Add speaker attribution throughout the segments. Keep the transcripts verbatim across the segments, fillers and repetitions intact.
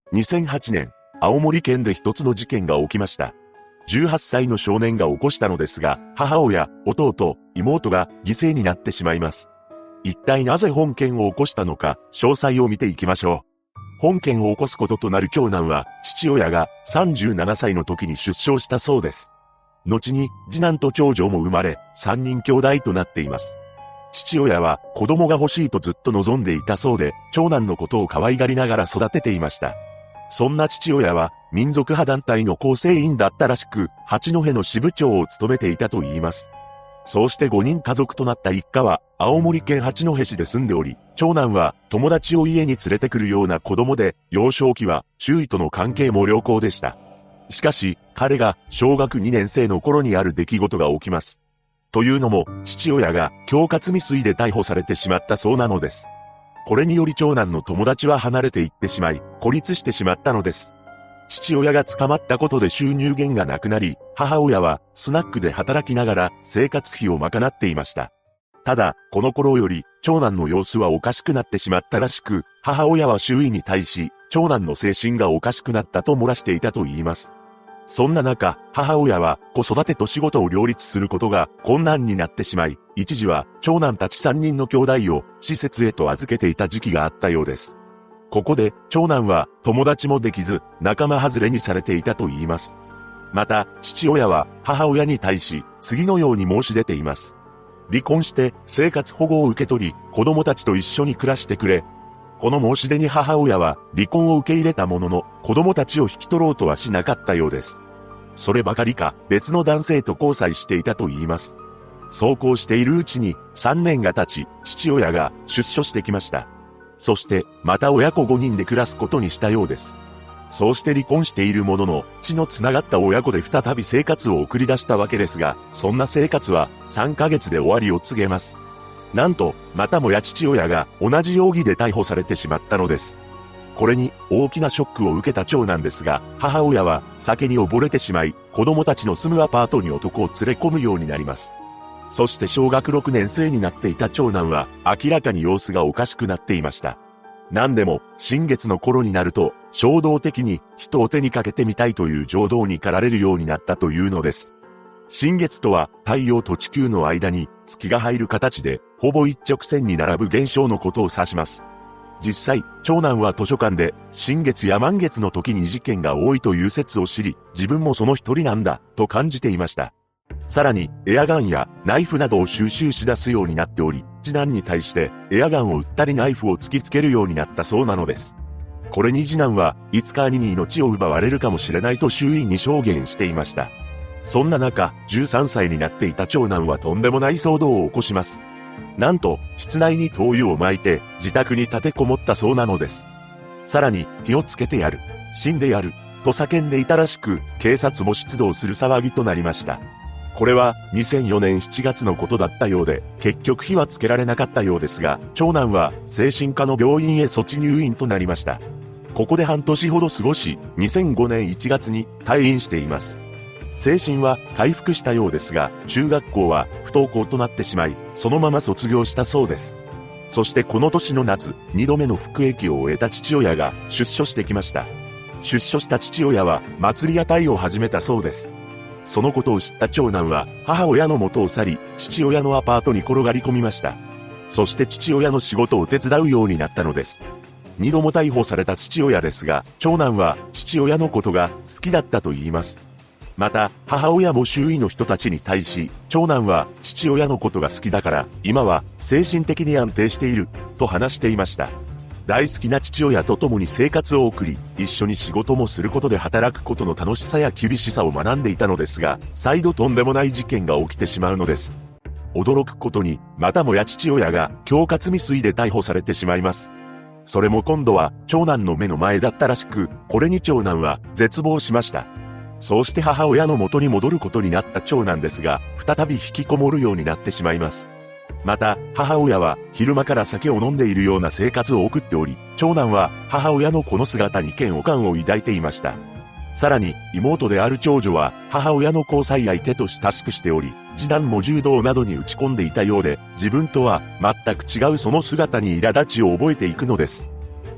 Speaker 1: にせんはちねん、青森県で一つの事件が起きました。じゅうはっさいの少年が起こしたのですが、母親、弟、妹が犠牲になってしまいます。一体なぜ本件を起こしたのか、詳細を見ていきましょう。本件を起こすこととなる長男は、父親がさんじゅうななさいの時に出生したそうです。後に、次男と長女も生まれ、さんにん兄弟となっています。父親は子供が欲しいとずっと望んでいたそうで、長男のことを可愛がりながら育てていました。そんな父親は民族派団体の構成員だったらしく、八戸の支部長を務めていたといいます。そうしてごにん家族となった一家は青森県八戸市で住んでおり、長男は友達を家に連れてくるような子供で、幼少期は周囲との関係も良好でした。しかし、彼が小学にねん生の頃にある出来事が起きます。というのも、父親が恐喝未遂で逮捕されてしまったそうなのです。これにより長男の友達は離れていってしまい、孤立してしまったのです。父親が捕まったことで収入源がなくなり、母親はスナックで働きながら生活費を賄っていました。ただ、この頃より長男の様子はおかしくなってしまったらしく、母親は周囲に対し、長男の精神がおかしくなったと漏らしていたと言います。そんな中、母親は子育てと仕事を両立することが困難になってしまい、一時は長男たちさんにんの兄弟を施設へと預けていた時期があったようです。ここで長男は友達もできず仲間外れにされていたと言います。また、父親は母親に対し次のように申し出ています。離婚して生活保護を受け取り、子供たちと一緒に暮らしてくれ。この申し出に母親は離婚を受け入れたものの、子供たちを引き取ろうとはしなかったようです。そればかりか、別の男性と交際していたと言います。そうこうしているうちに、さんねんが経ち、父親が出所してきました。そして、また親子ごにんで暮らすことにしたようです。そうして離婚しているものの、血のつながった親子で再び生活を送り出したわけですが、そんな生活はさんかげつで終わりを告げます。なんと、またもや父親が同じ容疑で逮捕されてしまったのです。これに大きなショックを受けた長男ですが、母親は酒に溺れてしまい、子供たちの住むアパートに男を連れ込むようになります。そして小学ろくねん生になっていた長男は明らかに様子がおかしくなっていました。何でも、新月の頃になると、衝動的に人を手にかけてみたいという情動に駆られるようになったというのです。新月とは太陽と地球の間に月が入る形でほぼ一直線に並ぶ現象のことを指します。実際、長男は図書館で新月や満月の時に事件が多いという説を知り、自分もその一人なんだと感じていました。さらにエアガンやナイフなどを収集し出すようになっており、次男に対してエアガンを撃ったりナイフを突きつけるようになったそうなのです。これに次男はいつか兄に命を奪われるかもしれないと周囲に証言していました。そんな中、じゅうさんさいになっていた長男はとんでもない騒動を起こします。なんと、室内に灯油を撒いて自宅に立てこもったそうなのです。さらに、火をつけてやる、死んでやる、と叫んでいたらしく、警察も出動する騒ぎとなりました。これはにせんよねんしちがつのことだったようで、結局火はつけられなかったようですが、長男は精神科の病院へ措置入院となりました。ここで半年ほど過ごし、にせんごねんいちがつに退院しています。精神は回復したようですが、中学校は不登校となってしまい、そのまま卒業したそうです。そしてこの年の夏、にどめの服役を終えた父親が出所してきました。出所した父親は祭り屋台を始めたそうです。そのことを知った長男は母親の元を去り、父親のアパートに転がり込みました。そして父親の仕事を手伝うようになったのです。二度も逮捕された父親ですが、長男は父親のことが好きだったと言います。また、母親も周囲の人たちに対し、長男は父親のことが好きだから、今は精神的に安定している、と話していました。大好きな父親と共に生活を送り、一緒に仕事もすることで働くことの楽しさや厳しさを学んでいたのですが、再度とんでもない事件が起きてしまうのです。驚くことに、またもや父親が恐喝未遂で逮捕されてしまいます。それも今度は長男の目の前だったらしく、これに長男は絶望しました。そうして母親の元に戻ることになった長男ですが、再び引きこもるようになってしまいます。また、母親は昼間から酒を飲んでいるような生活を送っており、長男は母親のこの姿に嫌悪感を抱いていました。さらに、妹である長女は母親の交際相手と親しくしており、次男も柔道などに打ち込んでいたようで、自分とは全く違うその姿に苛立ちを覚えていくのです。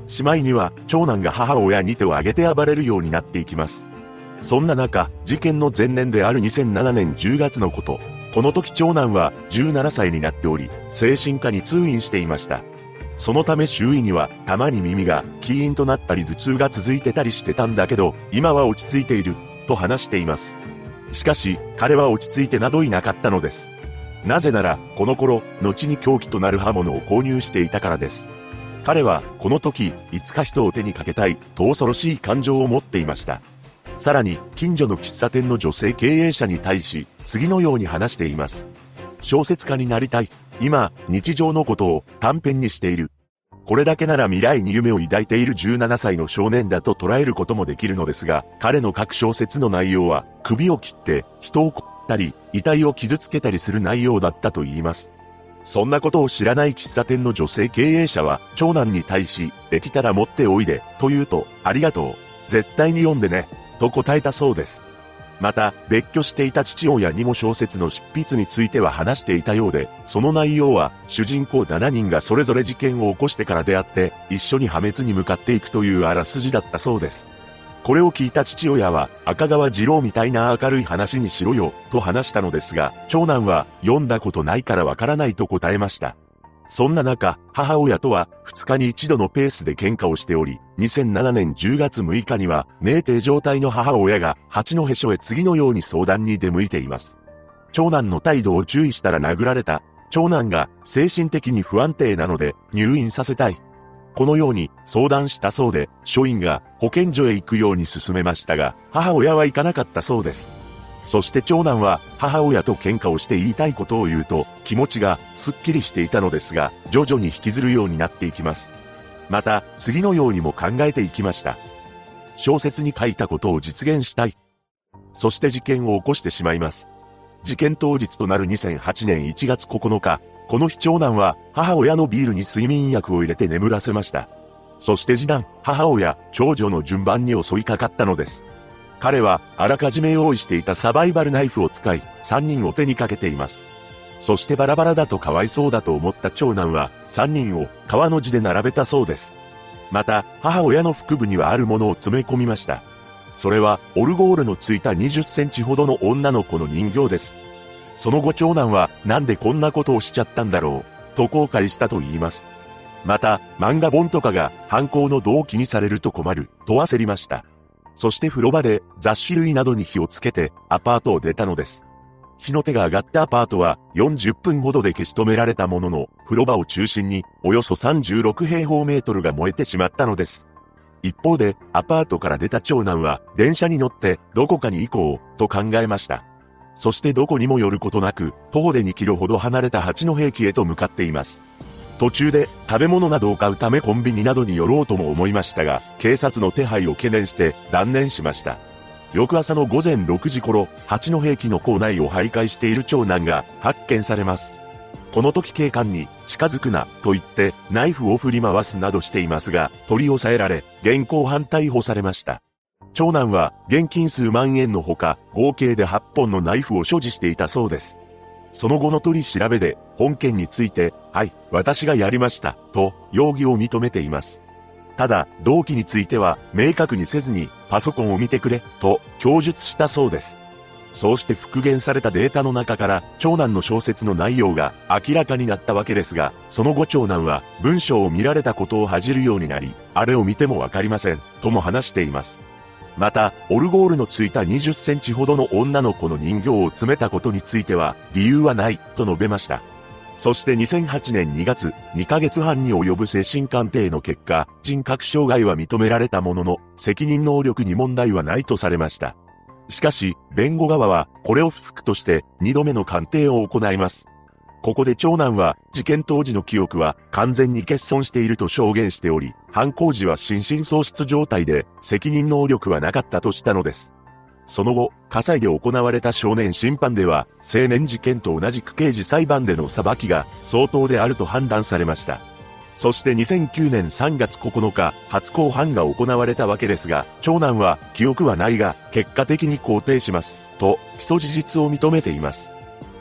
Speaker 1: しまいには長男が母親に手を挙げて暴れるようになっていきます。そんな中、事件の前年であるにせんななねんじゅうがつのこと。この時長男はじゅうななさいになっており、精神科に通院していました。そのため周囲には、たまに耳がキーンとなったり頭痛が続いてたりしてたんだけど、今は落ち着いている、と話しています。しかし、彼は落ち着いてなどいなかったのです。なぜなら、この頃、後に凶器となる刃物を購入していたからです。彼は、この時、いつか人を手にかけたい、と恐ろしい感情を持っていました。さらに、近所の喫茶店の女性経営者に対し、次のように話しています。小説家になりたい。今、日常のことを短編にしている。これだけなら未来に夢を抱いているじゅうななさいの少年だと捉えることもできるのですが、彼の各小説の内容は、首を切って、人を殺ったり、遺体を傷つけたりする内容だったと言います。そんなことを知らない喫茶店の女性経営者は、長男に対し、できたら持っておいで、と言うと、ありがとう。絶対に読んでね、と答えたそうです。また、別居していた父親にも小説の執筆については話していたようで、その内容は、主人公ななにんがそれぞれ事件を起こしてから出会って、一緒に破滅に向かっていくというあらすじだったそうです。これを聞いた父親は、赤川次郎みたいな明るい話にしろよ、と話したのですが、長男は、読んだことないからわからないと答えました。そんな中、母親とはふつかに一度のペースで喧嘩をしており、にせんななねんじゅうがつむいかには、酩酊状態の母親が八戸署へ次のように相談に出向いています。長男の態度を注意したら殴られた。長男が精神的に不安定なので入院させたい。このように相談したそうで、署員が保健所へ行くように勧めましたが、母親は行かなかったそうです。そして長男は母親と喧嘩をして言いたいことを言うと気持ちがすっきりしていたのですが徐々に引きずるようになっていきます。また次のようにも考えていきました。小説に書いたことを実現したい。そして事件を起こしてしまいます。事件当日となるにせんはちねんいちがつここのか、この日長男は母親のビールに睡眠薬を入れて眠らせました。そして次男、母親、長女の順番に襲いかかったのです。彼はあらかじめ用意していたサバイバルナイフを使い、さんにんを手にかけています。そしてバラバラだとかわいそうだと思った長男は、さんにんを川の字で並べたそうです。また、母親の腹部にはあるものを詰め込みました。それは、オルゴールのついたにじゅっセンチほどの女の子の人形です。その後長男は、なんでこんなことをしちゃったんだろう、と後悔したと言います。また、漫画本とかが犯行の動機にされると困る、と焦りました。そして風呂場で雑誌類などに火をつけてアパートを出たのです。火の手が上がったアパートはよんじゅっぷんほどで消し止められたものの、風呂場を中心におよそさんじゅうろくへいほうメートルが燃えてしまったのです。一方でアパートから出た長男は電車に乗ってどこかに行こうと考えました。そしてどこにも寄ることなく徒歩でにキロほど離れた八戸駅へと向かっています。途中で食べ物などを買うためコンビニなどに寄ろうとも思いましたが、警察の手配を懸念して断念しました。翌朝のごぜんろくじ頃、八戸駅の構内を徘徊している長男が発見されます。この時警官に近づくなと言ってナイフを振り回すなどしていますが、取り押さえられ、現行犯逮捕されました。長男は現金数万円のほか、合計ではっぽんのナイフを所持していたそうです。その後の取り調べで、本件について、はい、私がやりました、と、容疑を認めています。ただ、動機については、明確にせずに、パソコンを見てくれ、と、供述したそうです。そうして復元されたデータの中から、長男の小説の内容が明らかになったわけですが、その後長男は、文章を見られたことを恥じるようになり、あれを見てもわかりません、とも話しています。また、オルゴールのついたにじゅっセンチほどの女の子の人形を詰めたことについては、理由はない、と述べました。そしてにせんはちねんにがつ、にかげつはんに及ぶ精神鑑定の結果、人格障害は認められたものの、責任能力に問題はないとされました。しかし、弁護側は、これを不服として、にどめの鑑定を行います。ここで長男は、事件当時の記憶は完全に欠損していると証言しており、犯行時は心神喪失状態で、責任能力はなかったとしたのです。その後、葛西で行われた少年審判では、青年事件と同じく刑事裁判での裁きが相当であると判断されました。そしてにせんきゅうねんさんがつここのか、初公判が行われたわけですが、長男は記憶はないが、結果的に肯定します、と、起訴事実を認めています。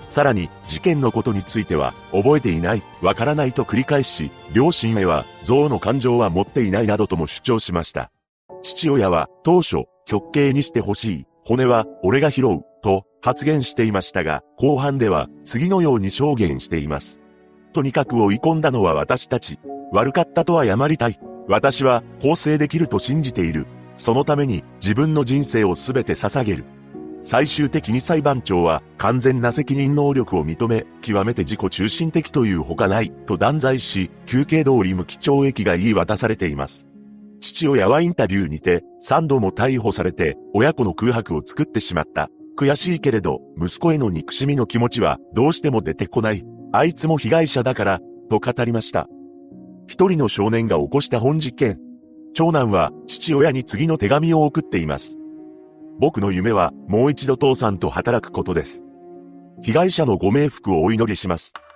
Speaker 1: さらに、事件のことについては、覚えていない、わからないと繰り返し、両親へは、憎悪の感情は持っていないなどとも主張しました。父親は、当初、極刑にしてほしい、骨は、俺が拾う、と発言していましたが、後半では、次のように証言しています。とにかく追い込んだのは私たち。悪かったと謝りたい。私は、更生できると信じている。そのために、自分の人生をすべて捧げる。最終的に裁判長は完全な責任能力を認め、極めて自己中心的というほかないと断罪し、求刑通り無期懲役が言い渡されています。父親はインタビューにてさんども逮捕されて親子の空白を作ってしまった。悔しいけれど息子への憎しみの気持ちはどうしても出てこない。あいつも被害者だからと語りました。一人の少年が起こした本事件。長男は父親に次の手紙を送っています。僕の夢はもう一度父さんと働くことです。被害者のご冥福をお祈りします。